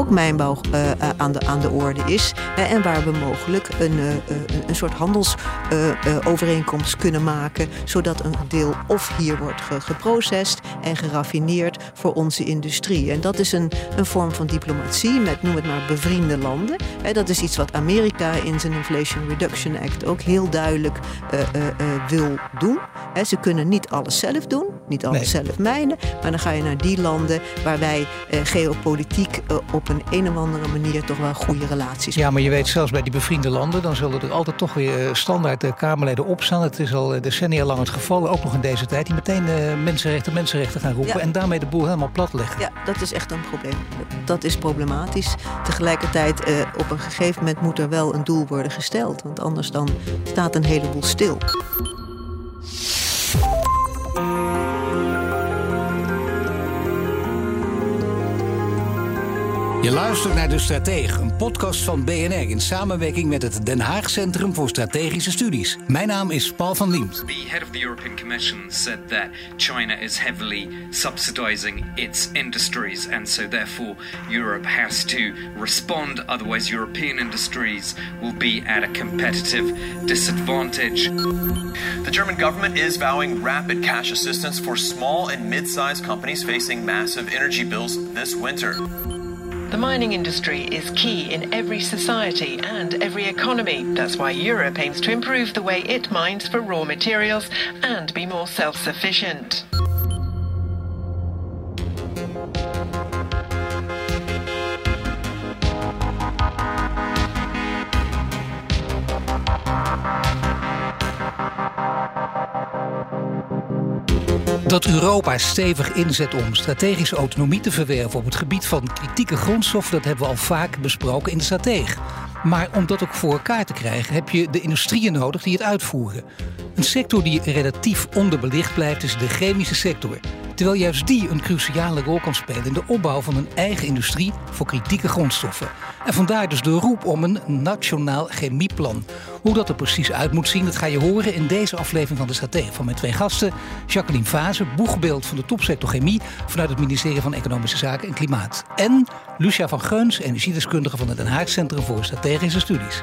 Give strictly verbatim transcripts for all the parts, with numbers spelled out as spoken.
ook mijnbouw uh, aan, de, aan de orde is. Uh, en waar we mogelijk een, uh, een soort handelsovereenkomst uh, uh, kunnen maken, zodat een deel of hier wordt ge- geprocessed en geraffineerd voor onze industrie. En dat is een, een vorm van diplomatie met, noem het maar, bevriende landen. Uh, dat is iets wat Amerika in zijn Inflation Reduction Act ook heel duidelijk uh, uh, uh, wil doen. Uh, ze kunnen niet alles zelf doen, niet alles nee. zelf mijnen, maar dan ga je naar die landen waar wij uh, geopolitiek uh, op een een of andere manier toch wel goede relaties. Ja, maar je weet, zelfs bij die bevriende landen, dan zullen er altijd toch weer standaard uh, Kamerleden opstaan. Het is al decennia lang het geval, ook nog in deze tijd, die meteen uh, mensenrechten, mensenrechten gaan roepen ja. en daarmee de boel helemaal plat leggen. Ja, dat is echt een probleem. Dat is problematisch. Tegelijkertijd, uh, op een gegeven moment moet er wel een doel worden gesteld, want anders dan staat een heleboel stil. Je luistert naar De Stratege, een podcast van B N R in samenwerking met het Den Haag Centrum voor Strategische Studies. Mijn naam is Paul van Liemt. The head of the European Commission said that China is heavily subsidizing its industries and so therefore Europe has to respond, otherwise European industries will be at a competitive disadvantage. The German government is vowing rapid cash assistance for small and mid-sized companies facing massive energy bills this winter. The mining industry is key in every society and every economy. That's why Europe aims to improve the way it mines for raw materials and be more self-sufficient. Dat Europa stevig inzet om strategische autonomie te verwerven op het gebied van kritieke grondstoffen, dat hebben we al vaak besproken in de Stratege. Maar om dat ook voor elkaar te krijgen, heb je de industrieën nodig die het uitvoeren. Een sector die relatief onderbelicht blijft is de chemische sector. Terwijl juist die een cruciale rol kan spelen in de opbouw van een eigen industrie voor kritieke grondstoffen. En vandaar dus de roep om een nationaal chemieplan. Hoe dat er precies uit moet zien, dat ga je horen in deze aflevering van de Stratege van mijn twee gasten. Jacqueline Fase, boegbeeld van de topsector chemie vanuit het ministerie van Economische Zaken en Klimaat. En Lucia van Geuns, energiedeskundige van het Den Haag Centrum voor Strategische Studies.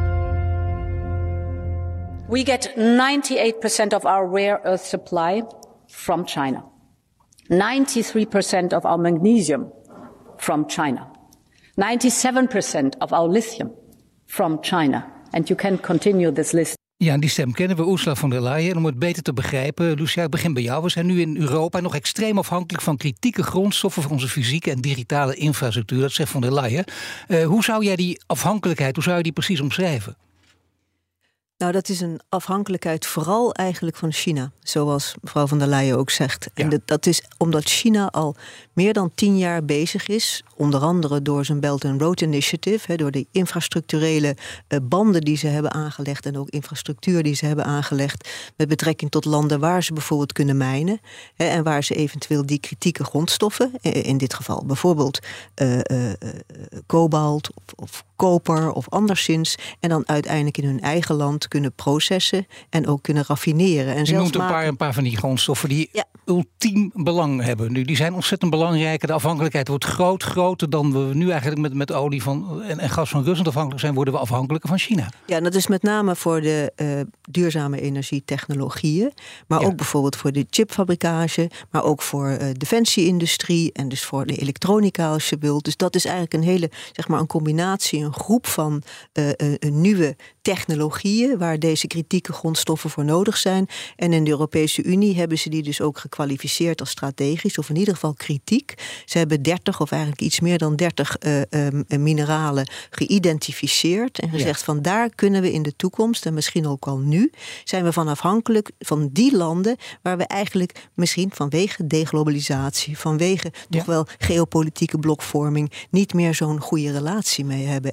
We get ninety-eight percent of our rare earth supply from China. ninety-three percent of our magnesium from China. ninety-seven percent of our lithium from China. And you can continue this list. Ja, en die stem kennen we, Ursula von der Leyen. En om het beter te begrijpen, Lucia, ik begin bij jou. We zijn nu in Europa nog extreem afhankelijk van kritieke grondstoffen voor onze fysieke en digitale infrastructuur. Dat zegt von der Leyen. Uh, hoe zou jij die afhankelijkheid, hoe zou je die precies omschrijven? Nou, dat is een afhankelijkheid vooral eigenlijk van China, zoals mevrouw van der Leyen ook zegt. Ja. En dat, dat is omdat China al meer dan tien jaar bezig is, onder andere door zijn Belt and Road Initiative, he, door de infrastructurele uh, banden die ze hebben aangelegd en ook infrastructuur die ze hebben aangelegd met betrekking tot landen waar ze bijvoorbeeld kunnen mijnen he, en waar ze eventueel die kritieke grondstoffen, in dit geval bijvoorbeeld uh, uh, uh, kobalt of, of koper of anderszins, en dan uiteindelijk in hun eigen land kunnen processen en ook kunnen raffineren. En je noemt een paar, een paar van die grondstoffen die ja. ultiem belang hebben. Nu, die zijn ontzettend belangrijk. De afhankelijkheid wordt groot, groter dan we nu eigenlijk met, met olie van, en, en gas van Rusland afhankelijk zijn, worden we afhankelijker van China. Ja, en dat is met name voor de uh, duurzame energietechnologieën, maar ja. ook bijvoorbeeld voor de chipfabrikage, maar ook voor uh, defensieindustrie en dus voor de elektronica als je wilt. Dus dat is eigenlijk een hele, zeg maar, een combinatie, een groep van uh, uh, nieuwe technologieën waar deze kritieke grondstoffen voor nodig zijn. En in de Europese Unie hebben ze die dus ook gekwalificeerd als strategisch, of in ieder geval kritiek. Ze hebben dertig of eigenlijk iets meer dan dertig uh, um, mineralen geïdentificeerd en gezegd ja. van daar kunnen we in de toekomst, en misschien ook al nu, zijn we van afhankelijk van die landen waar we eigenlijk misschien vanwege deglobalisatie, vanwege ja. toch wel geopolitieke blokvorming niet meer zo'n goede relatie mee hebben.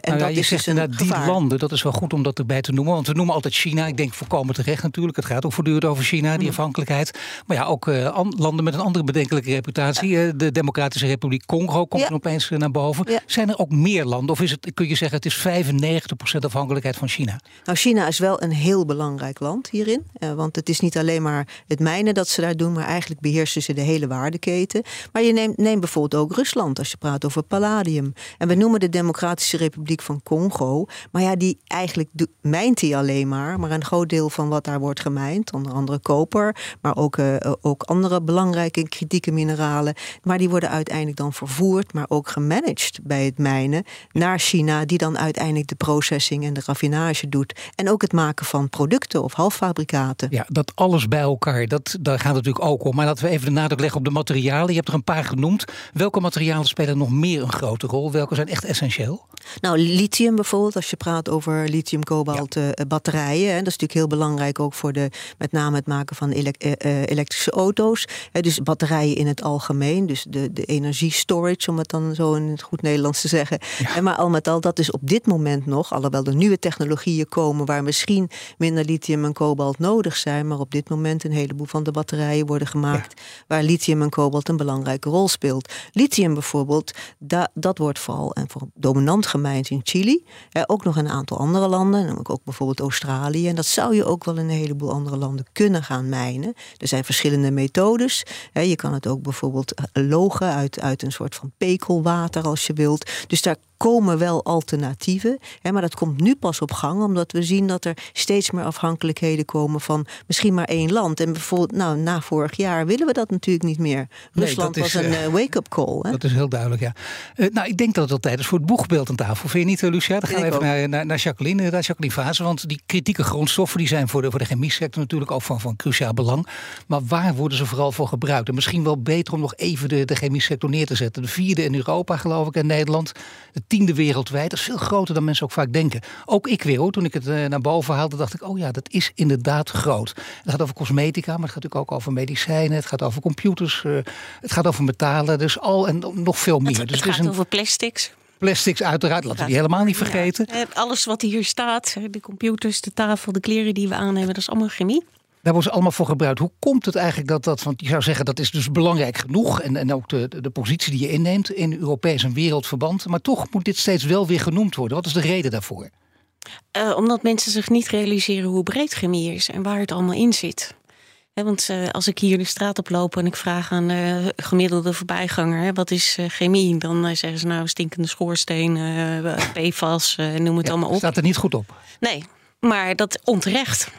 En nou ja, dat je is zegt dus een inderdaad die gevaar. landen, dat is wel goed om dat erbij te noemen. Want we noemen altijd China. Ik denk volkomen terecht natuurlijk. Het gaat ook voortdurend over China, die afhankelijkheid. Maar ja, ook uh, an- landen met een andere bedenkelijke reputatie. Ja. Uh, de Democratische Republiek Congo komt ja. er opeens uh, naar boven. Ja. Zijn er ook meer landen? Of is het, kun je zeggen, het is vijfennegentig procent afhankelijkheid van China? Nou, China is wel een heel belangrijk land hierin. Uh, want het is niet alleen maar het mijnen dat ze daar doen, maar eigenlijk beheersen ze de hele waardeketen. Maar je neemt, neemt bijvoorbeeld ook Rusland als je praat over palladium. En we noemen de Democratische Republiek van Congo. Maar ja, die eigenlijk do- mijnt die alleen maar. Maar een groot deel van wat daar wordt gemijnd, onder andere koper, maar ook, uh, ook andere belangrijke kritieke mineralen. Maar die worden uiteindelijk dan vervoerd, maar ook gemanaged bij het mijnen naar China, die dan uiteindelijk de processing en de raffinage doet. En ook het maken van producten of halffabrikaten. Ja, dat alles bij elkaar, dat, daar gaat het natuurlijk ook om. Maar laten we even de nadruk leggen op de materialen. Je hebt er een paar genoemd. Welke materialen spelen nog meer een grote rol? Welke zijn echt essentieel? Nou, lithium bijvoorbeeld, als je praat over lithium, kobalt, ja. uh, batterijen. Hè, dat is natuurlijk heel belangrijk ook voor de, met name het maken van ele- uh, elektrische auto's. Hè, dus batterijen in het algemeen. Dus de, de energiestorage, om het dan zo in het goed Nederlands te zeggen. Ja. En maar al met al, dat is op dit moment nog, alhoewel er nieuwe technologieën komen waar misschien minder lithium en kobalt nodig zijn, maar op dit moment een heleboel van de batterijen worden gemaakt ja. waar lithium en kobalt een belangrijke rol speelt. Lithium bijvoorbeeld, da, dat wordt vooral en voor dominant gemijnd in Chili. Eh, ook nog een aantal andere landen, namelijk ook bijvoorbeeld Australië. En dat zou je ook wel in een heleboel andere landen kunnen gaan mijnen. Er zijn verschillende methodes. Eh, je kan het ook bijvoorbeeld logen uit, uit een soort van pekelwater als je wilt. Dus daar komen wel alternatieven. Hè, maar dat komt nu pas op gang, omdat we zien dat er steeds meer afhankelijkheden komen van misschien maar één land. En bijvoorbeeld, nou, na vorig jaar willen we dat natuurlijk niet meer. Rusland nee, was is, een uh, wake-up call. Hè? Dat is heel duidelijk, ja. Uh, nou, ik denk dat het al tijd is voor het boegbeeld aan tafel. Vind je niet, Lucia? Dan gaan we even naar, naar, naar Jacqueline, naar Jacqueline Vaassen. Want die kritieke grondstoffen die zijn voor de, voor de chemie sector natuurlijk ook van, van cruciaal belang. Maar waar worden ze vooral voor gebruikt? En misschien wel beter om nog even de, de chemie sector neer te zetten. De vierde in Europa, geloof ik, en Nederland. De tiende wereldwijd. Dat is veel groter dan mensen ook vaak denken. Ook ik weer hoor. Toen ik het uh, naar boven haalde, dacht ik, oh ja, dat is inderdaad groot. Het gaat over cosmetica, maar het gaat natuurlijk ook over medicijnen. Het gaat over computers. Uh, het gaat over metalen. Dus al en nog veel meer. Het, dus het het gaat is over plastics. Plastics uiteraard, laten we die helemaal niet vergeten. Ja, alles wat hier staat, de computers, de tafel, de kleren die we aan hebben, dat is allemaal chemie. Daar wordt ze allemaal voor gebruikt. Hoe komt het eigenlijk dat dat, want je zou zeggen dat is dus belangrijk genoeg en, en ook de, de, de positie die je inneemt in Europees en wereldverband, maar toch moet dit steeds wel weer genoemd worden. Wat is de reden daarvoor? Uh, omdat mensen zich niet realiseren hoe breed chemie is en waar het allemaal in zit. He, want uh, als ik hier de straat oploop en ik vraag aan de uh, gemiddelde voorbijganger, hè, wat is uh, chemie? Dan uh, zeggen ze nou stinkende schoorsteen, uh, P F A S, uh, noem het ja, allemaal op. Staat er niet goed op? Nee, maar dat onterecht.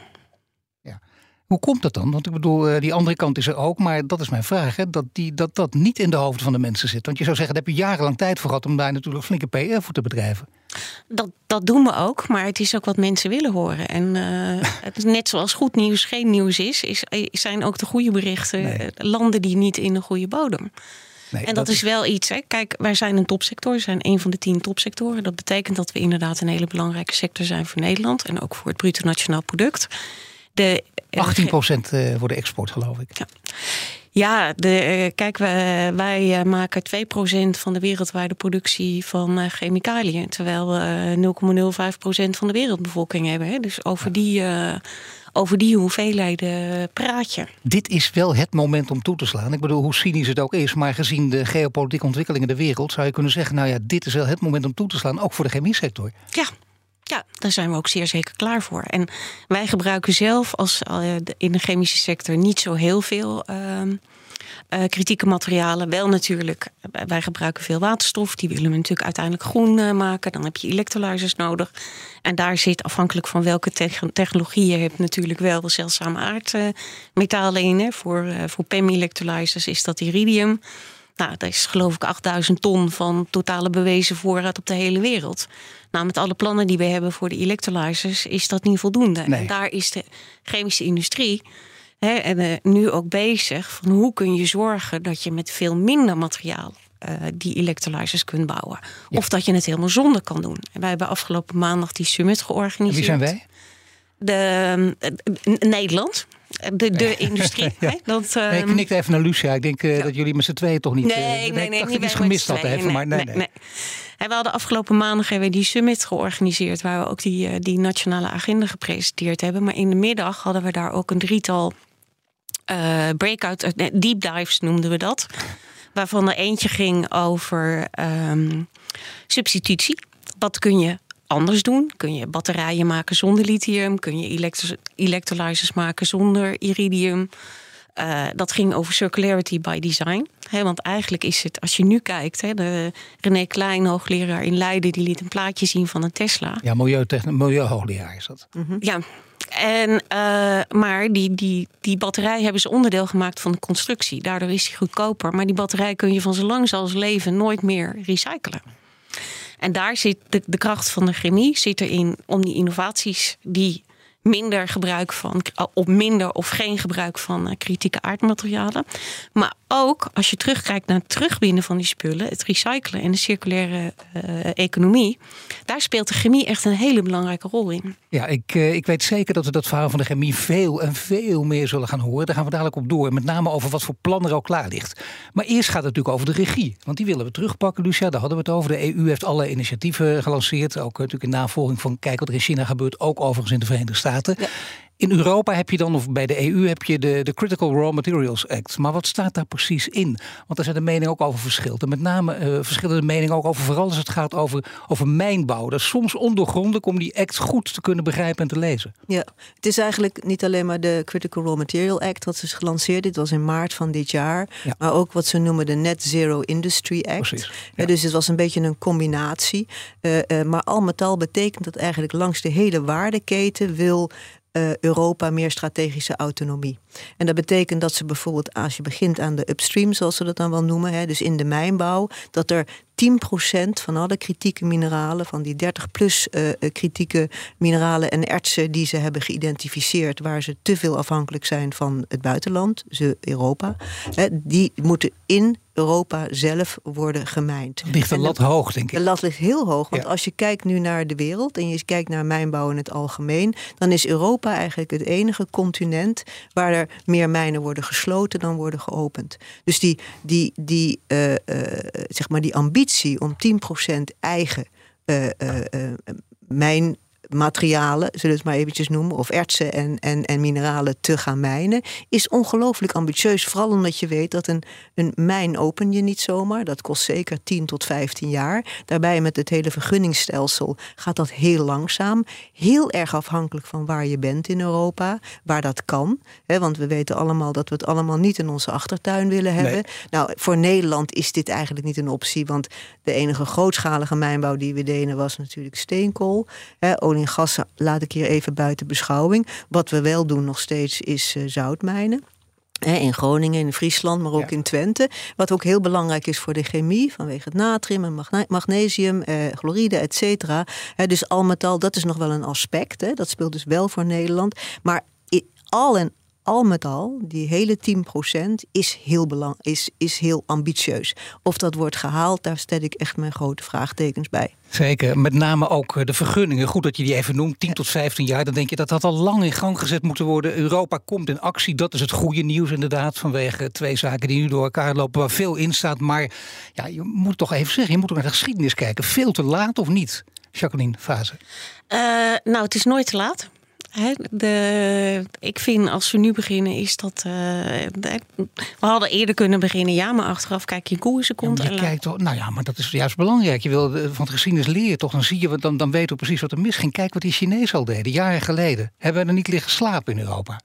Hoe komt dat dan? Want ik bedoel, die andere kant is er ook. Maar dat is mijn vraag, hè? Dat, die, dat dat niet in de hoofden van de mensen zit. Want je zou zeggen, daar heb je jarenlang tijd voor gehad om daar natuurlijk flinke P R voor te bedrijven. Dat, dat doen we ook, maar het is ook wat mensen willen horen. En uh, het, net zoals goed nieuws geen nieuws is, is, zijn ook de goede berichten nee. landen die niet in de goede bodem. Nee, en dat, dat is wel iets. Hè. Kijk, wij zijn een topsector. We zijn een van de tien topsectoren. Dat betekent dat we inderdaad een hele belangrijke sector zijn voor Nederland. En ook voor het bruto nationaal product. De, achttien procent voor de export, geloof ik. Ja, ja de, kijk, wij, wij maken twee procent van de wereldwijde productie van chemicaliën. Terwijl we nul komma nul vijf procent van de wereldbevolking hebben. Hè. Dus over, ja. die, uh, over die hoeveelheden praat je. Dit is wel het moment om toe te slaan. Ik bedoel, hoe cynisch het ook is. Maar gezien de geopolitieke ontwikkelingen in de wereld zou je kunnen zeggen, nou ja, dit is wel het moment om toe te slaan. Ook voor de chemie sector. Ja. Ja, daar zijn we ook zeer zeker klaar voor. En wij gebruiken zelf als uh, in de chemische sector niet zo heel veel uh, uh, kritieke materialen. Wel natuurlijk, wij gebruiken veel waterstof. Die willen we natuurlijk uiteindelijk groen uh, maken. Dan heb je electrolyzers nodig. En daar zit afhankelijk van welke te- technologie je hebt natuurlijk wel zeldzame aardmetalen uh, in. Hè. Voor, uh, voor P E M-electrolyzers is dat iridium. Nou, dat is geloof ik achtduizend ton van totale bewezen voorraad op de hele wereld. Nou, met alle plannen die we hebben voor de electrolyzers is dat niet voldoende. Nee. En daar is de chemische industrie hè, en, uh, nu ook bezig van hoe kun je zorgen dat je met veel minder materiaal uh, die electrolyzers kunt bouwen. Ja. Of dat je het helemaal zonder kan doen. En wij hebben afgelopen maandag die summit georganiseerd. En wie zijn wij? De, uh, uh, Nederland. de, de industrie. ja. Hè? Dat, um... nee, ik knikte even naar Lucia. Ik denk uh, ja. dat jullie met z'n tweeën toch niet... Nee, uh, nee, nee. Ik dacht nee, ik iets gemist had even. Nee, maar nee, nee, nee. nee. En we hadden afgelopen maandag hebben we die summit georganiseerd, waar we ook die, die nationale agenda gepresenteerd hebben. Maar in de middag hadden we daar ook een drietal uh, breakout, uh, deep dives noemden we dat. Waarvan er eentje ging over um, substitutie. Wat kun je anders doen? Kun je batterijen maken zonder lithium? Kun je elektro- electrolyzers maken zonder iridium? Uh, dat ging over circularity by design. He, want eigenlijk is het, als je nu kijkt, he, de René Klein, hoogleraar in Leiden, die liet een plaatje zien van een Tesla. Ja, milieutechn- milieuhoogleraar is dat. Mm-hmm. Ja, en, uh, maar die, die, die batterij hebben ze onderdeel gemaakt van de constructie. Daardoor is die goedkoper. Maar die batterij kun je van zo lang als leven nooit meer recyclen. En daar zit de, de kracht van de chemie zit erin om die innovaties die minder gebruik van, of minder of geen gebruik van uh, kritieke aardmaterialen. Maar ook als je terugkijkt naar het terugwinnen van die spullen, het recyclen en de circulaire uh, economie, daar speelt de chemie echt een hele belangrijke rol in. Ja, ik, uh, ik weet zeker dat we dat verhaal van de chemie veel en veel meer zullen gaan horen. Daar gaan we dadelijk op door. Met name over wat voor plan er al klaar ligt. Maar eerst gaat het natuurlijk over de regie. Want die willen we terugpakken, Lucia. Daar hadden we het over. De E U heeft alle initiatieven gelanceerd. Ook uh, natuurlijk in navolging van kijk wat er in China gebeurt. Ook overigens in de Verenigde Staten. Ja. In Europa heb je dan, of bij de E U heb je de, de Critical Raw Materials Act. Maar wat staat daar precies in? Want daar zijn de meningen ook over verschillend. En met name uh, verschillen de meningen ook over, vooral als het gaat over, over mijnbouw. Dat is soms ondoorgrondelijk om die act goed te kunnen begrijpen en te lezen. Ja, het is eigenlijk niet alleen maar de Critical Raw Material Act wat is gelanceerd. Dit was in maart van dit jaar. Ja. Maar ook wat ze noemen de Net Zero Industry Act. Precies, ja. Ja, dus het was een beetje een combinatie. Uh, uh, maar al met al betekent dat eigenlijk langs de hele waardeketen wil Uh, Europa meer strategische autonomie. En dat betekent dat ze bijvoorbeeld, als je begint aan de upstream, zoals ze dat dan wel noemen, hè, dus in de mijnbouw, dat er tien procent van alle kritieke mineralen, van die dertig plus uh, kritieke mineralen en ertsen die ze hebben geïdentificeerd, waar ze te veel afhankelijk zijn van het buitenland, ze Europa, hè, die moeten in Europa zelf worden gemijnd. Ligt de lat hoog, denk ik. De lat ligt heel hoog, want ja. als je kijkt nu naar de wereld en je kijkt naar mijnbouw in het algemeen, dan is Europa eigenlijk het enige continent waar er meer mijnen worden gesloten dan worden geopend. Dus die, die, die, uh, uh, zeg maar die ambitie om tien procent eigen uh, uh, uh, mijn materialen, zullen we het maar eventjes noemen, of ertsen en, en, en mineralen te gaan mijnen, is ongelooflijk ambitieus. Vooral omdat je weet dat een, een mijn open je niet zomaar. Dat kost zeker tien tot vijftien jaar. Daarbij met het hele vergunningsstelsel gaat dat heel langzaam. Heel erg afhankelijk van waar je bent in Europa, waar dat kan. He, want we weten allemaal dat we het allemaal niet in onze achtertuin willen hebben. Nee. Nou, voor Nederland is dit eigenlijk niet een optie, want de enige grootschalige mijnbouw die we deden was natuurlijk steenkool. He, olie en gas laat ik hier even buiten beschouwing. Wat we wel doen nog steeds is uh, zoutmijnen. In Groningen, in Friesland, maar ook ja. in Twente. Wat ook heel belangrijk is voor de chemie, vanwege het natrium en magne- magnesium, eh, chloride, et cetera. He, dus al met al, dat is nog wel een aspect. Hè. Dat speelt dus wel voor Nederland. Maar i- al en al met al, die hele tien procent is heel, belang, is, is heel ambitieus. Of dat wordt gehaald, daar stel ik echt mijn grote vraagtekens bij. Zeker, met name ook de vergunningen. Goed dat je die even noemt, tien ja. tot vijftien jaar. Dan denk je dat dat al lang in gang gezet moeten worden. Europa komt in actie, dat is het goede nieuws inderdaad. Vanwege twee zaken die nu door elkaar lopen, waar veel in staat. Maar ja, je moet toch even zeggen, je moet ook naar de geschiedenis kijken. Veel te laat of niet, Jacqueline Fase? Uh, nou, het is nooit te laat. He, de, ik vind als we nu beginnen is dat uh, de, we hadden eerder kunnen beginnen, ja, maar achteraf kijk je hoe ze komt. Ja, maar je kijkt toch, nou ja, maar dat is juist belangrijk. Je wil van de geschiedenis leren toch, dan zie je, dan, dan weten we precies wat er misging. Kijk wat die Chinezen al deden, jaren geleden. Hebben we er niet liggen slapen in Europa?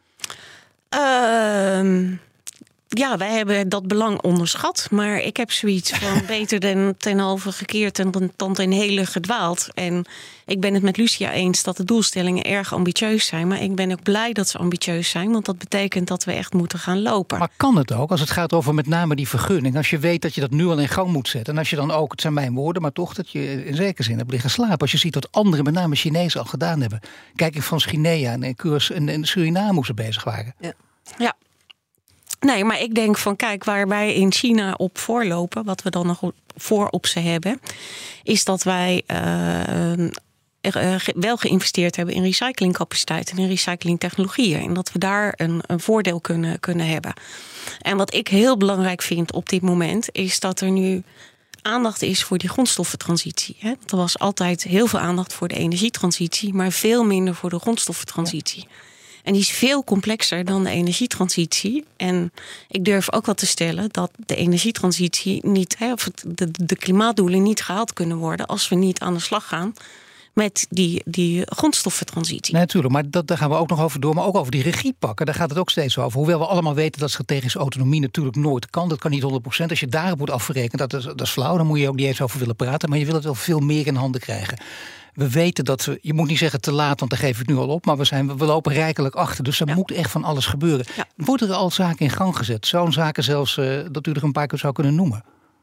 Uh, ja, wij hebben dat belang onderschat. Maar ik heb zoiets van beter dan ten halve gekeerd en dan, dan ten hele gedwaald. En ik ben het met Lucia eens dat de doelstellingen erg ambitieus zijn. Maar ik ben ook blij dat ze ambitieus zijn. Want dat betekent dat we echt moeten gaan lopen. Maar kan het ook, als het gaat over met name die vergunning? Als je weet dat je dat nu al in gang moet zetten. En als je dan ook, het zijn mijn woorden, maar toch dat je in zekere zin hebt liggen slapen. Als je ziet wat anderen, met name Chinezen, al gedaan hebben. Kijk in Frans Guinea en Curs en, en Suriname hoe ze bezig waren. Ja. ja. Nee, maar ik denk van kijk, waar wij in China op voorlopen, wat we dan nog voor op ze hebben, is dat wij uh, uh, wel geïnvesteerd hebben in recyclingcapaciteit en in recyclingtechnologieën. En dat we daar een, een voordeel kunnen, kunnen hebben. En wat ik heel belangrijk vind op dit moment is dat er nu aandacht is voor die grondstoffentransitie. Hè? Er was altijd heel veel aandacht voor de energietransitie, maar veel minder voor de grondstoffentransitie. Ja. En die is veel complexer dan de energietransitie. En ik durf ook wel te stellen dat de energietransitie niet, hè, of de, de klimaatdoelen niet gehaald kunnen worden als we niet aan de slag gaan met die, die grondstoffentransitie. Nee, natuurlijk, maar dat, daar gaan we ook nog over door. Maar ook over die regie pakken, daar gaat het ook steeds over. Hoewel we allemaal weten dat strategische autonomie natuurlijk nooit kan. Dat kan niet honderd procent. Als je daarop wordt afgerekend, dat is, dat is flauw. Dan moet je ook niet eens over willen praten. Maar je wil het wel veel meer in handen krijgen. We weten dat we, je moet niet zeggen te laat, want dan geef ik het nu al op. Maar we, zijn, we lopen rijkelijk achter. Dus er ja. moet echt van alles gebeuren. Ja. Worden er al zaken in gang gezet? Zo'n zaken zelfs uh, dat u er een paar keer zou kunnen noemen?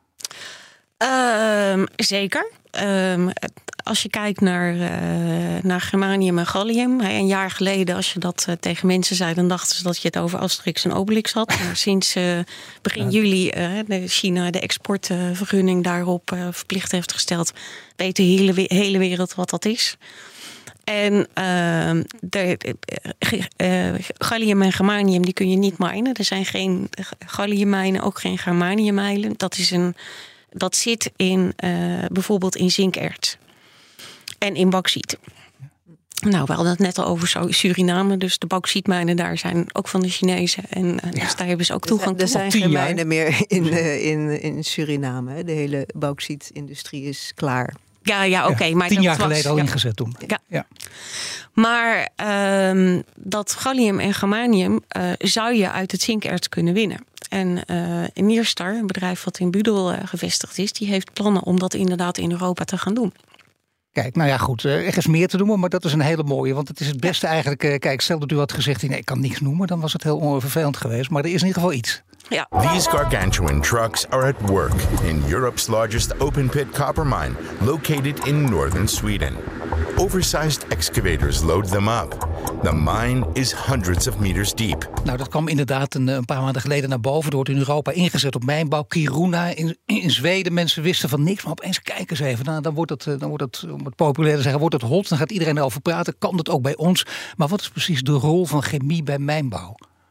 Um, zeker. Um, als je kijkt naar, uh, naar germanium en gallium. Hè, een jaar geleden, als je dat uh, tegen mensen zei, dan dachten ze dat je het over Asterix en Obelix had. Maar sinds uh, begin ja. juli uh, de China de exportvergunning daarop uh, verplicht heeft gesteld, weet de hele, hele wereld wat dat is. En uh, de, uh, gallium en germanium die kun je niet minen. Er zijn geen galliummijnen, ook geen germaniummijnen. Dat is een Dat zit in uh, bijvoorbeeld in zinkerts en in bauxiet. Nou, we hadden het net al over Suriname, dus de bauxietmijnen daar zijn ook van de Chinezen. En uh, ja. dus daar hebben ze ook toegang toe. Er zijn geen mijnen meer in, uh, in, in Suriname. Hè. De hele bauxietindustrie is klaar. Ja, ja, oké. Okay, ja, maar tien dat jaar was, geleden al ja. ingezet toen. Ja. ja. Maar um, dat gallium en germanium uh, zou je uit het zinkerts kunnen winnen. En uh, Nierstar, een bedrijf wat in Budel uh, gevestigd is, die heeft plannen om dat inderdaad in Europa te gaan doen. Kijk, nou ja, goed, er is meer te noemen, maar dat is een hele mooie. Want het is het beste eigenlijk. Kijk, stel dat u had gezegd, nee, ik kan niks noemen, dan was het heel onvervelend geweest. Maar er is in ieder geval iets. Ja. These gargantuan trucks are at work in Europe's largest open-pit copper mine, located in northern Sweden. Oversized excavators load them up. The mine is hundreds of meters deep. Nou, dat kwam inderdaad een, een paar maanden geleden naar boven. Er wordt in Europa ingezet op mijnbouw. Kiruna in, in Zweden. Mensen wisten van niks, maar opeens kijk eens even. Nou, dan wordt het, dan wordt het, om het populair te zeggen, wordt het hot. Dan gaat iedereen erover praten. Kan dat ook bij ons? Maar wat is precies de rol van chemie bij mijnbouw?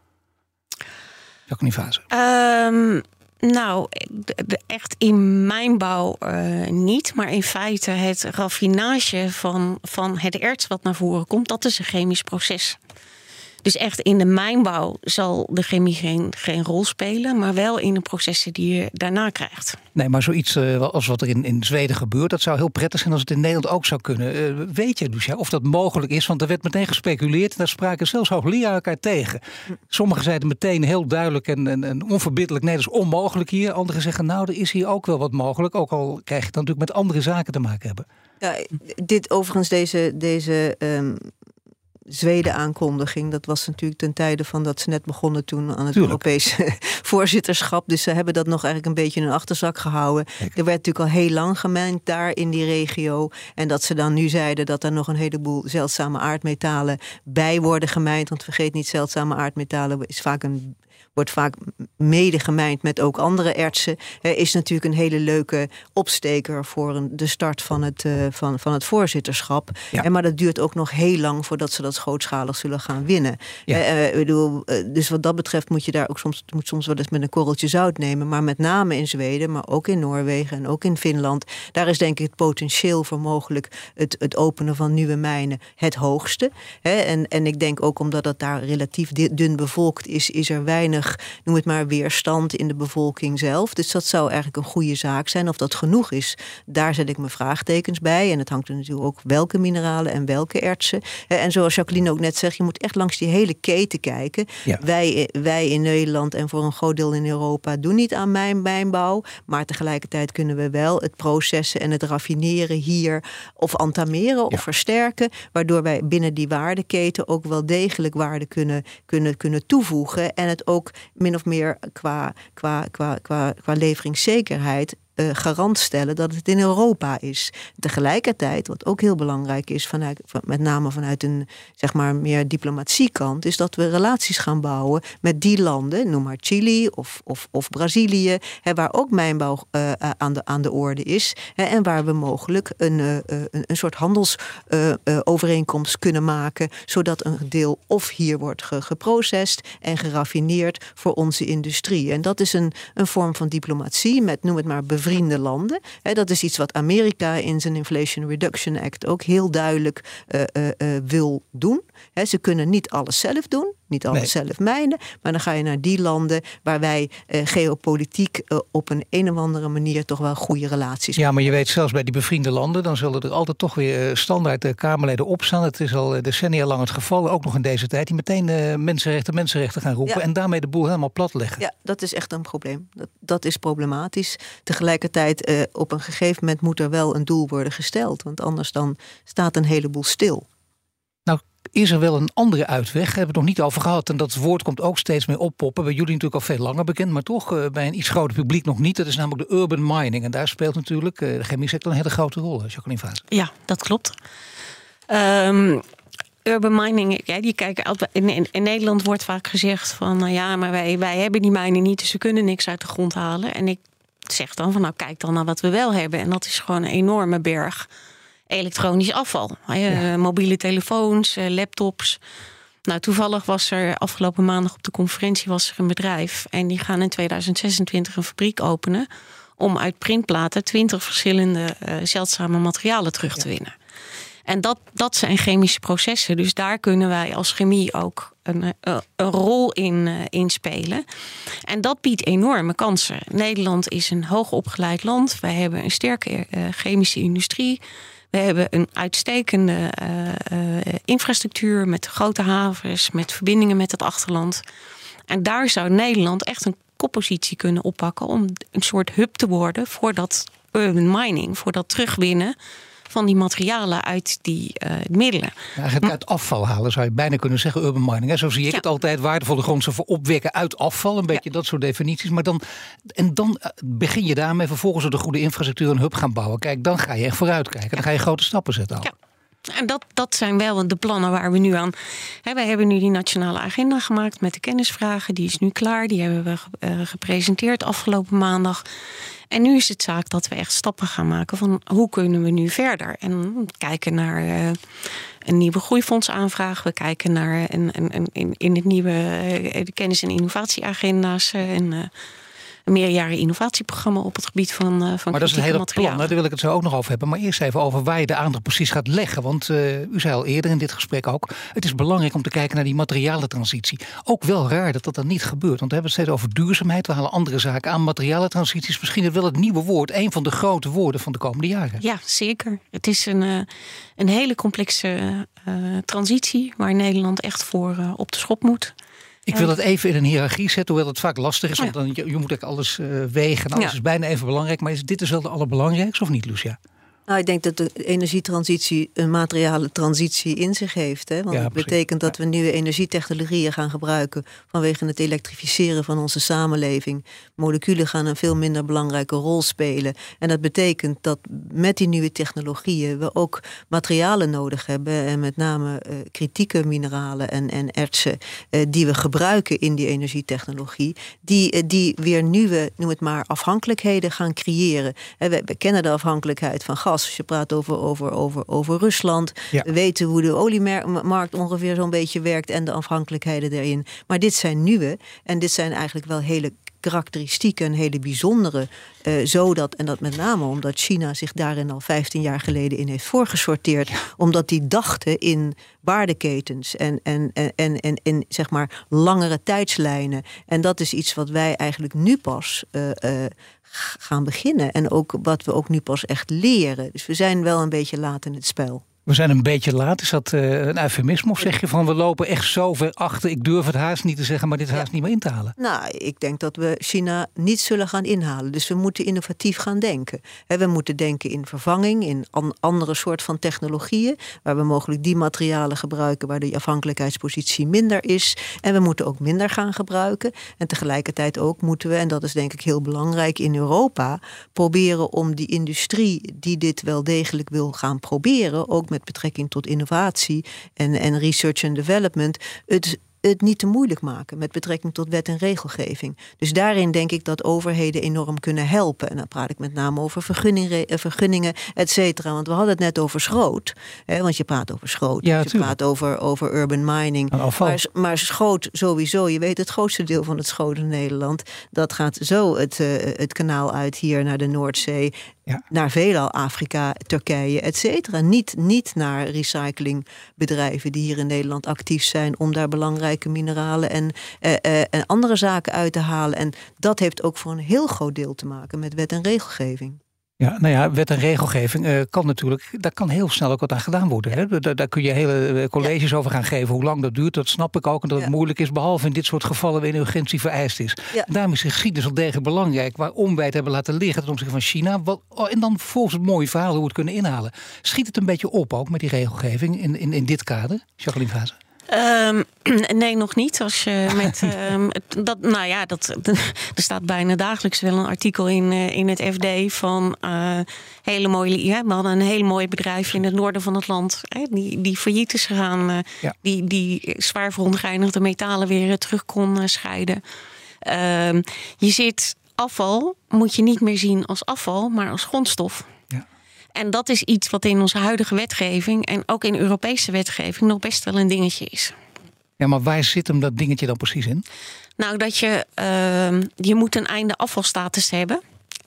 Jacqueline Vazen. Um, nou, de, de, echt in mijnbouw uh, niet. Maar in feite het raffinage van, van het erts wat naar voren komt, dat is een chemisch proces. Dus echt in de mijnbouw zal de chemie geen, geen rol spelen, maar wel in de processen die je daarna krijgt. Nee, maar zoiets uh, als wat er in, in Zweden gebeurt, dat zou heel prettig zijn als het in Nederland ook zou kunnen. Uh, weet je, Lucia, of dat mogelijk is? Want er werd meteen gespeculeerd en daar spraken zelfs hoogleraren elkaar tegen. Sommigen zeiden meteen heel duidelijk en, en, en onverbiddelijk, nee, dat is onmogelijk hier. Anderen zeggen, nou, er is hier ook wel wat mogelijk. Ook al krijg je het natuurlijk met andere zaken te maken hebben. Ja, dit overigens, deze... deze um... Zweden-aankondiging, dat was natuurlijk ten tijde van dat ze net begonnen toen aan het Tuurlijk. Europese voorzitterschap. Dus ze hebben dat nog eigenlijk een beetje in hun achterzak gehouden. Kijk. Er werd natuurlijk al heel lang gemijnd daar in die regio. En dat ze dan nu zeiden dat er nog een heleboel zeldzame aardmetalen bij worden gemijnd. Want vergeet niet, zeldzame aardmetalen is vaak een... wordt vaak mede gemijnd met ook andere ertsen, is natuurlijk een hele leuke opsteker voor een, de start van het, uh, van, van het voorzitterschap. Ja. En maar dat duurt ook nog heel lang voordat ze dat grootschalig zullen gaan winnen. Ja. Uh, uh, bedoel, uh, dus wat dat betreft moet je daar ook soms, moet soms wel eens met een korreltje zout nemen. Maar met name in Zweden, maar ook in Noorwegen en ook in Finland, daar is denk ik het potentieel voor mogelijk het, het openen van nieuwe mijnen het hoogste. Hè? En, en ik denk ook omdat het daar relatief dun bevolkt is, is er weinig, noem het maar, weerstand in de bevolking zelf. Dus dat zou eigenlijk een goede zaak zijn. Of dat genoeg is, daar zet ik mijn vraagtekens bij. En het hangt er natuurlijk ook welke mineralen en welke ertsen. En zoals Jacqueline ook net zegt, je moet echt langs die hele keten kijken. Ja. Wij, wij in Nederland en voor een groot deel in Europa doen niet aan mijn, mijnbouw. Maar tegelijkertijd kunnen we wel het processen en het raffineren hier of entameren of ja. versterken. Waardoor wij binnen die waardeketen ook wel degelijk waarde kunnen, kunnen, kunnen toevoegen. En het ook min of meer qua, qua, qua, qua, qua leveringszekerheid uh, garant stellen dat het in Europa is. Tegelijkertijd, wat ook heel belangrijk is, vanuit, van, met name vanuit een zeg maar meer diplomatiekant, is dat we relaties gaan bouwen met die landen, noem maar Chili of, of, of Brazilië, hè, waar ook mijnbouw uh, aan, de, aan de orde is. Hè, en waar we mogelijk een, uh, een, een soort handelsovereenkomst uh, uh, kunnen maken, zodat een deel of hier wordt ge, geprocessed en geraffineerd voor onze industrie. En dat is een, een vorm van diplomatie met, noem het maar, bevriende landen. Hè, dat is iets wat Amerika in zijn Inflation Reduction Act ook heel duidelijk uh, uh, uh, wil doen. He, ze kunnen niet alles zelf doen, niet alles nee. zelf mijnen, maar dan ga je naar die landen waar wij uh, geopolitiek uh, op een een of andere manier toch wel goede relaties. Ja, maar je weet zelfs bij die bevriende landen, dan zullen er altijd toch weer uh, standaard uh, Kamerleden opstaan. Het is al uh, decennia lang het geval, ook nog in deze tijd, die meteen uh, mensenrechten, mensenrechten gaan roepen ja. en daarmee de boel helemaal plat leggen. Ja, dat is echt een probleem. Dat, dat is problematisch. Tegelijkertijd, uh, op een gegeven moment moet er wel een doel worden gesteld, want anders dan staat een heleboel stil. Nou, is er wel een andere uitweg? Daar hebben we het nog niet over gehad. En dat woord komt ook steeds meer oppoppen. Bij jullie natuurlijk al veel langer bekend, maar toch uh, bij een iets groter publiek nog niet. Dat is namelijk de urban mining. En daar speelt natuurlijk uh, de chemie sector een hele grote rol. Jacqueline Vaas. Ja, dat klopt. Um, urban mining, ja, die kijken in, in, in Nederland wordt vaak gezegd van, nou ja, maar wij, wij hebben die mijnen niet, dus we kunnen niks uit de grond halen. En ik zeg dan van, nou kijk dan naar wat we wel hebben. En dat is gewoon een enorme berg elektronisch afval. Ja. Mobiele telefoons, laptops. Nou, toevallig was er afgelopen maandag op de conferentie was er een bedrijf en die gaan in tweeduizend zesentwintig een fabriek openen om uit printplaten twintig verschillende uh, zeldzame materialen terug te winnen. En dat, dat zijn chemische processen. Dus daar kunnen wij als chemie ook een, een rol in, uh, in spelen. En dat biedt enorme kansen. Nederland is een hoogopgeleid land. Wij hebben een sterke uh, chemische industrie. We hebben een uitstekende uh, uh, infrastructuur met grote havens, met verbindingen met het achterland. En daar zou Nederland echt een koppositie kunnen oppakken om een soort hub te worden voor dat urban mining, voor dat terugwinnen van die materialen uit die uh, middelen. Eigenlijk uit afval halen, zou je bijna kunnen zeggen, urban mining. Hè? Zo zie ik ja. het altijd, waardevolle grondstoffen opwekken uit afval. Een beetje ja. dat soort definities. Maar dan, en dan begin je daarmee vervolgens op de goede infrastructuur een hub gaan bouwen. Kijk, dan ga je echt vooruit kijken. Dan ga je grote stappen zetten al. Ja. En dat, dat zijn wel de plannen waar we nu aan. Hè, wij hebben nu die nationale agenda gemaakt met de kennisvragen. Die is nu klaar. Die hebben we uh, gepresenteerd afgelopen maandag. En nu is het zaak dat we echt stappen gaan maken van hoe kunnen we nu verder. En kijken naar uh, een nieuwe groeifondsaanvraag. We kijken naar een, een, een, in, in het nieuwe uh, de kennis- en innovatieagenda's uh, en uh, een meerjaren innovatieprogramma op het gebied van, uh, van maar dat is een hele plan, daar wil ik het zo ook nog over hebben. Maar eerst even over waar je de aandacht precies gaat leggen. Want uh, u zei al eerder in dit gesprek ook, het is belangrijk om te kijken naar die materialentransitie. Ook wel raar dat dat dan niet gebeurt. Want we hebben het steeds over duurzaamheid. We halen andere zaken aan. Materialentransitie is misschien wel het nieuwe woord. Een van de grote woorden van de komende jaren. Ja, zeker. Het is een, uh, een hele complexe uh, transitie waar Nederland echt voor uh, op de schop moet. Ik wil het even in een hiërarchie zetten, hoewel het vaak lastig is. Want dan, je, je moet ook alles uh, wegen. En alles ja. is bijna even belangrijk. Maar is dit is wel de allerbelangrijkste of niet, Lucia? Nou, ik denk dat de energietransitie een materiale transitie in zich heeft. Hè? Want ja, dat betekent dat ja. we nieuwe energietechnologieën gaan gebruiken vanwege het elektrificeren van onze samenleving. Moleculen gaan een veel minder belangrijke rol spelen. En dat betekent dat met die nieuwe technologieën we ook materialen nodig hebben. En met name uh, kritieke mineralen en, en ertsen uh, die we gebruiken in die energietechnologie. Die, uh, die weer nieuwe, noem het maar, afhankelijkheden gaan creëren. En we, we kennen de afhankelijkheid van gas. Als je praat over, over, over, over Rusland. Ja. We weten hoe de oliemarkt ongeveer zo'n beetje werkt en de afhankelijkheden daarin. Maar dit zijn nieuwe en dit zijn eigenlijk wel hele karakteristieke en hele bijzondere. Uh, zodat, en dat met name omdat China zich daarin al vijftien jaar geleden in heeft voorgesorteerd. Ja. Omdat die dachten in waardeketens en, en, en, en, en, en zeg maar langere tijdslijnen. En dat is iets wat wij eigenlijk nu pas uh, uh, gaan beginnen. En ook wat we ook nu pas echt leren. Dus we zijn wel een beetje laat in het spel. We zijn een beetje laat. Is dat uh, een eufemisme? Of zeg je van we lopen echt zo ver achter? Ik durf het haast niet te zeggen, maar dit haast ja. niet meer in te halen. Nou, ik denk dat we China niet zullen gaan inhalen. Dus we moeten innovatief gaan denken. He, we moeten denken in vervanging, in an- andere soort van technologieën, waar we mogelijk die materialen gebruiken waar de afhankelijkheidspositie minder is. En we moeten ook minder gaan gebruiken. En tegelijkertijd ook moeten we, en dat is denk ik heel belangrijk in Europa, proberen om die industrie die dit wel degelijk wil gaan proberen, ook met betrekking tot innovatie en, en research and development, het, het niet te moeilijk maken met betrekking tot wet en regelgeving. Dus daarin denk ik dat overheden enorm kunnen helpen. En dan praat ik met name over vergunningen, vergunningen et cetera. Want we hadden het net over schroot. Hè, want je praat over schroot. Ja, je praat over, over urban mining. Maar, maar schroot sowieso. Je weet het grootste deel van het schroot in Nederland. Dat gaat zo het, uh, het kanaal uit hier naar de Noordzee. Ja. Naar veelal Afrika, Turkije, et cetera. Niet, niet naar recyclingbedrijven die hier in Nederland actief zijn om daar belangrijke mineralen en, uh, uh, en andere zaken uit te halen. En dat heeft ook voor een heel groot deel te maken met wet en regelgeving. Ja, nou ja, wet en regelgeving uh, kan natuurlijk, daar kan heel snel ook wat aan gedaan worden. Hè? Daar, daar kun je hele colleges ja. over gaan geven. Hoe lang dat duurt, dat snap ik ook. En dat het ja. moeilijk is, behalve in dit soort gevallen waarin urgentie vereist is. Ja. En daarom is de geschiedenis wel degelijk belangrijk. Waarom wij het hebben laten liggen ten opzichte van China. Wat, oh, en dan volgens het mooie verhaal hoe we het kunnen inhalen. Schiet het een beetje op ook met die regelgeving in, in, in dit kader, Jacqueline Vazen? Um, nee, nog niet. Als je met, um, dat, nou ja, dat, er staat bijna dagelijks wel een artikel in, uh, in het F D van uh, hele mooie. Ja, we hadden een hele mooi bedrijfje in het noorden van het land, hè, die, die failliet is gegaan, uh, ja. die, die zwaar verontreinigde metalen weer terug kon uh, scheiden. Um, je zit afval, moet je niet meer zien als afval, maar als grondstof. En dat is iets wat in onze huidige wetgeving en ook in Europese wetgeving nog best wel een dingetje is. Ja, maar waar zit hem dat dingetje dan precies in? Nou, dat je, uh, je moet een einde afvalstatus hebben.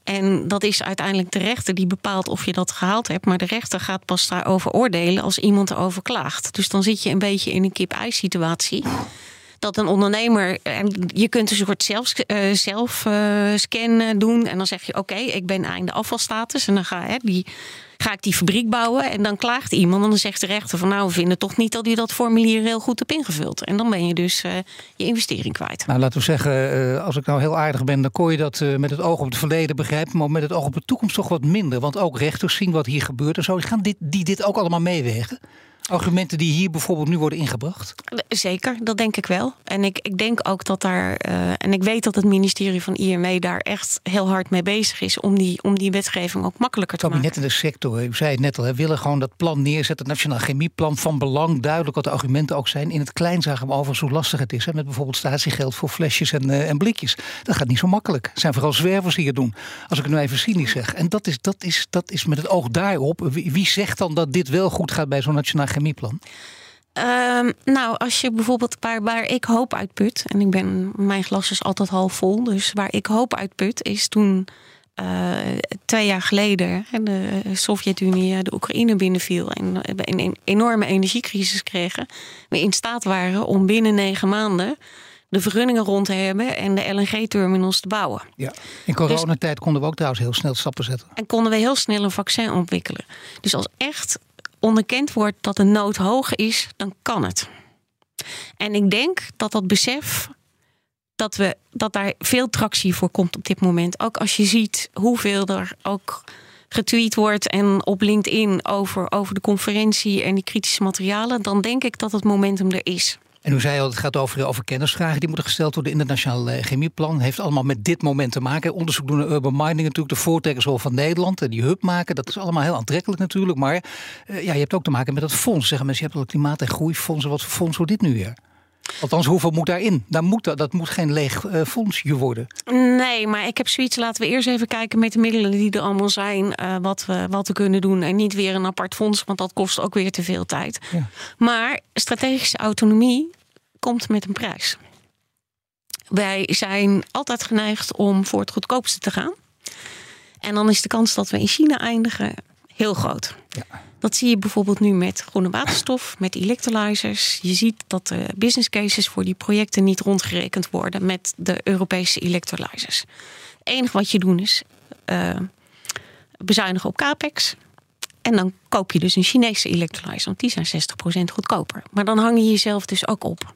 En dat is uiteindelijk de rechter die bepaalt of je dat gehaald hebt. Maar de rechter gaat pas daarover oordelen als iemand erover klaagt. Dus dan zit je een beetje in een kip-ei situatie. Dat een ondernemer, en je kunt een soort zelf, uh, zelf uh, scan doen. En dan zeg je, oké, okay, ik ben einde afvalstatus. En dan ga, hè, die, ga ik die fabriek bouwen. En dan klaagt iemand. En dan zegt de rechter van, nou, we vinden toch niet dat u dat formulier heel goed hebt ingevuld. En dan ben je dus uh, je investering kwijt. Nou, laten we zeggen, uh, als ik nou heel aardig ben, dan kon je dat uh, met het oog op het verleden begrijpen. Maar met het oog op de toekomst toch wat minder. Want ook rechters zien wat hier gebeurt en zo. Die gaan dit, die dit ook allemaal meewegen. Argumenten die hier bijvoorbeeld nu worden ingebracht? Zeker, dat denk ik wel. En ik, ik denk ook dat daar, uh, en ik weet dat het ministerie van I M E daar echt heel hard mee bezig is om die, om die wetgeving ook makkelijker te maken. Het kabinet en de sector, u zei het net al, hè, willen gewoon dat plan neerzetten, het Nationaal Chemieplan, van belang, duidelijk wat de argumenten ook zijn. In het klein zagen we overigens hoe lastig het is, hè, met bijvoorbeeld statiegeld voor flesjes en, uh, en blikjes. Dat gaat niet zo makkelijk. Het zijn vooral zwervers die het doen, als ik het nu even cynisch zeg. En dat is, dat is, dat is met het oog daarop. Wie, wie zegt dan dat dit wel goed gaat bij zo'n Nationaal Chemieplan? Um, nou, als je bijvoorbeeld waar, waar ik hoop uitput, en ik ben, mijn glas is altijd half vol, dus waar ik hoop uitput is toen uh, twee jaar geleden de Sovjet-Unie de Oekraïne binnenviel en een, een enorme energiecrisis kregen, we in staat waren om binnen negen maanden de vergunningen rond te hebben en de L N G-terminals te bouwen. Ja. In coronatijd dus, konden we ook trouwens heel snel stappen zetten. En konden we heel snel een vaccin ontwikkelen. Dus als echt onderkend wordt dat de nood hoog is, dan kan het. En ik denk dat dat besef, dat, we, dat daar veel tractie voor komt op dit moment. Ook als je ziet hoeveel er ook getweet wordt en op LinkedIn over, over de conferentie en die kritische materialen, dan denk ik dat het momentum er is. En u zei al, het gaat over, over kennisvragen die moeten gesteld worden in het Nationaal Chemieplan. Heeft allemaal met dit moment te maken. Onderzoek doen naar urban mining natuurlijk, de voortrekkersrol van Nederland. En die hub maken, dat is allemaal heel aantrekkelijk natuurlijk. Maar uh, ja, je hebt ook te maken met het fonds. Zeggen mensen, je hebt al klimaat- en groeifondsen. Wat voor fonds wordt dit nu weer? Althans, hoeveel moet daarin? Daar moet, dat moet geen leeg uh, fondsje worden. Nee, maar ik heb zoiets, laten we eerst even kijken met de middelen die er allemaal zijn. Uh, wat, we, wat we kunnen doen. En niet weer een apart fonds, want dat kost ook weer te veel tijd. Ja. Maar strategische autonomie komt met een prijs. Wij zijn altijd geneigd om voor het goedkoopste te gaan. En dan is de kans dat we in China eindigen heel groot. Ja. Dat zie je bijvoorbeeld nu met groene waterstof, met electrolyzers. Je ziet dat de business cases voor die projecten niet rondgerekend worden met de Europese electrolyzers. Het enige wat je doet is uh, bezuinigen op capex En dan koop je dus een Chinese electrolyzer, want die zijn zestig procent goedkoper. Maar dan hang je jezelf dus ook op.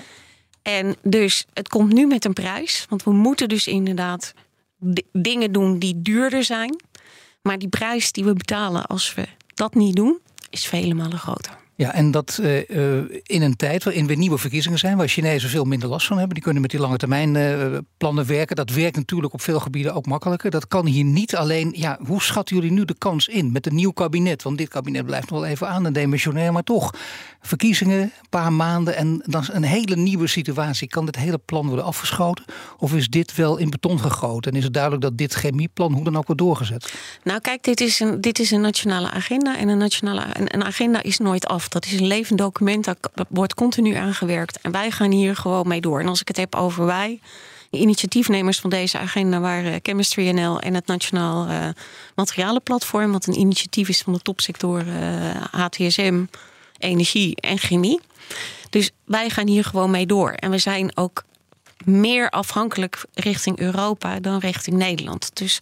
En dus het komt nu met een prijs. Want we moeten dus inderdaad d- dingen doen die duurder zijn. Maar die prijs die we betalen als we dat niet doen, is vele malen groter. Ja, en dat uh, uh, in een tijd waarin weer nieuwe verkiezingen zijn, waar Chinezen veel minder last van hebben. Die kunnen met die lange termijn uh, plannen werken. Dat werkt natuurlijk op veel gebieden ook makkelijker. Dat kan hier niet alleen. Ja, hoe schatten jullie nu de kans in met een nieuw kabinet? Want dit kabinet blijft nog wel even aan en demissionair, maar toch. Verkiezingen, een paar maanden en dan is een hele nieuwe situatie. Kan dit hele plan worden afgeschoten? Of is dit wel in beton gegoten? En is het duidelijk dat dit chemieplan hoe dan ook wordt doorgezet? Nou kijk, dit is een, dit is een nationale agenda. En een, nationale, een, een agenda is nooit af. Dat is een levend document, dat wordt continu aangewerkt. En wij gaan hier gewoon mee door. En als ik het heb over wij, de initiatiefnemers van deze agenda waren Chemistry N L en het Nationaal uh, Materialenplatform, wat een initiatief is van de topsector uh, H T S M, energie en chemie. Dus wij gaan hier gewoon mee door. En we zijn ook meer afhankelijk richting Europa dan richting Nederland. Dus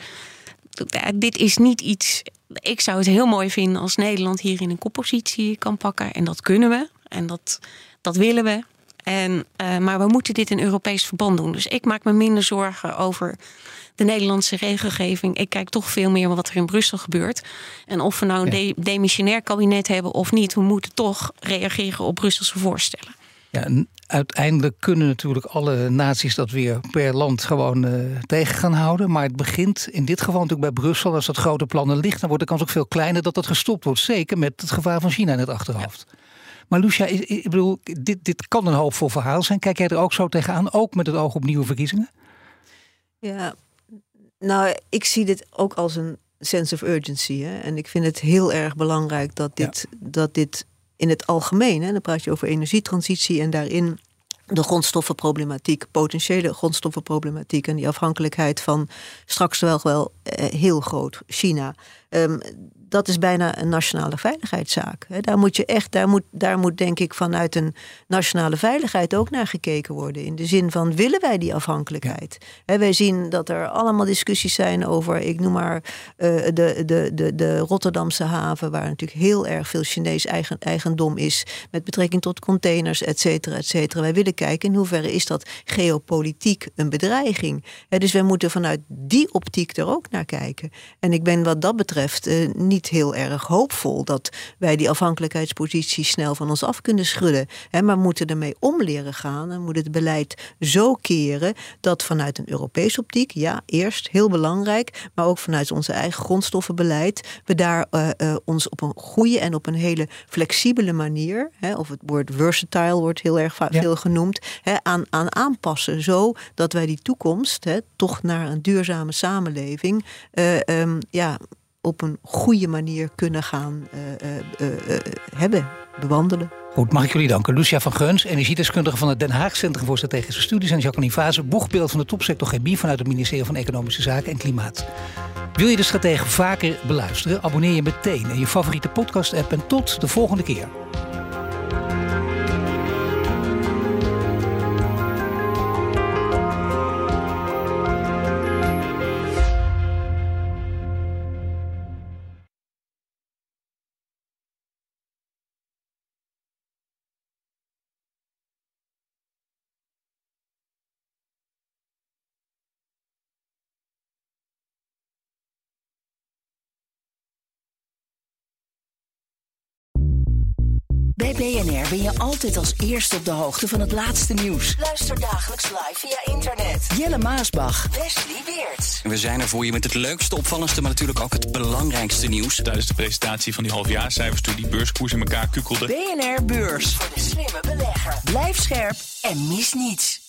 dit is niet iets. Ik zou het heel mooi vinden als Nederland hier in een koppositie kan pakken. En dat kunnen we. En dat, dat willen we. En, uh, maar we moeten dit in Europees verband doen. Dus ik maak me minder zorgen over de Nederlandse regelgeving. Ik kijk toch veel meer wat er in Brussel gebeurt. En of we nou een ja. de- demissionair kabinet hebben of niet, we moeten toch reageren op Brusselse voorstellen. Ja, en uiteindelijk kunnen natuurlijk alle naties dat weer per land gewoon uh, tegen gaan houden. Maar het begint in dit geval natuurlijk bij Brussel. Als dat grote plannen ligt, dan wordt de kans ook veel kleiner dat dat gestopt wordt. Zeker met het gevaar van China in het achterhoofd. Ja. Maar Lucia, ik bedoel, dit, dit kan een hoopvol verhaal zijn. Kijk jij er ook zo tegenaan, ook met het oog op nieuwe verkiezingen? Ja, nou, ik zie dit ook als een sense of urgency. Hè? En ik vind het heel erg belangrijk dat dit, ja. dat dit in het algemeen, hè, dan praat je over energietransitie en daarin de grondstoffenproblematiek, potentiële grondstoffenproblematiek en die afhankelijkheid van straks wel wel eh, heel groot China. Um, dat is bijna een nationale veiligheidszaak. He, daar moet je echt, daar moet, daar moet denk ik vanuit een nationale veiligheid ook naar gekeken worden. In de zin van, willen wij die afhankelijkheid? Ja. He, wij zien dat er allemaal discussies zijn over, ik noem maar, uh, de, de, de, de Rotterdamse haven, waar natuurlijk heel erg veel Chinees eigen, eigendom is, met betrekking tot containers, et cetera, et cetera. Wij willen kijken in hoeverre is dat geopolitiek een bedreiging. He, dus wij moeten vanuit die optiek er ook naar kijken. En ik ben wat dat betreft uh, niet heel erg hoopvol dat wij die afhankelijkheidspositie snel van ons af kunnen schudden. He, maar moeten ermee om leren gaan en moet het beleid zo keren dat vanuit een Europese optiek, ja, eerst heel belangrijk, maar ook vanuit onze eigen grondstoffenbeleid, we daar uh, uh, ons op een goede en op een hele flexibele manier, he, of het woord versatile wordt heel erg va- ja. veel genoemd, he, aan, aan aanpassen, zo dat wij die toekomst, he, toch naar een duurzame samenleving, uh, um, ja, op een goede manier kunnen gaan uh, uh, uh, uh, hebben, bewandelen. Goed, mag ik jullie danken. Lucia van Geuns, energiedeskundige van het Den Haag Centrum voor Strategische Studies, en Jacqueline Vase, boegbeeld van de topsector chemie vanuit het ministerie van Economische Zaken en Klimaat. Wil je de Stratege vaker beluisteren? Abonneer je meteen in je favoriete podcast-app en tot de volgende keer. Bij B N R ben je altijd als eerste op de hoogte van het laatste nieuws. Luister dagelijks live via internet. Jelle Maasbach. Wesley Weerts. We zijn er voor je met het leukste, opvallendste, maar natuurlijk ook het belangrijkste nieuws. Tijdens de presentatie van die halfjaarcijfers toen die beurskoers in elkaar kukkelde. B N R Beurs. Voor de slimme belegger. Blijf scherp en mis niets.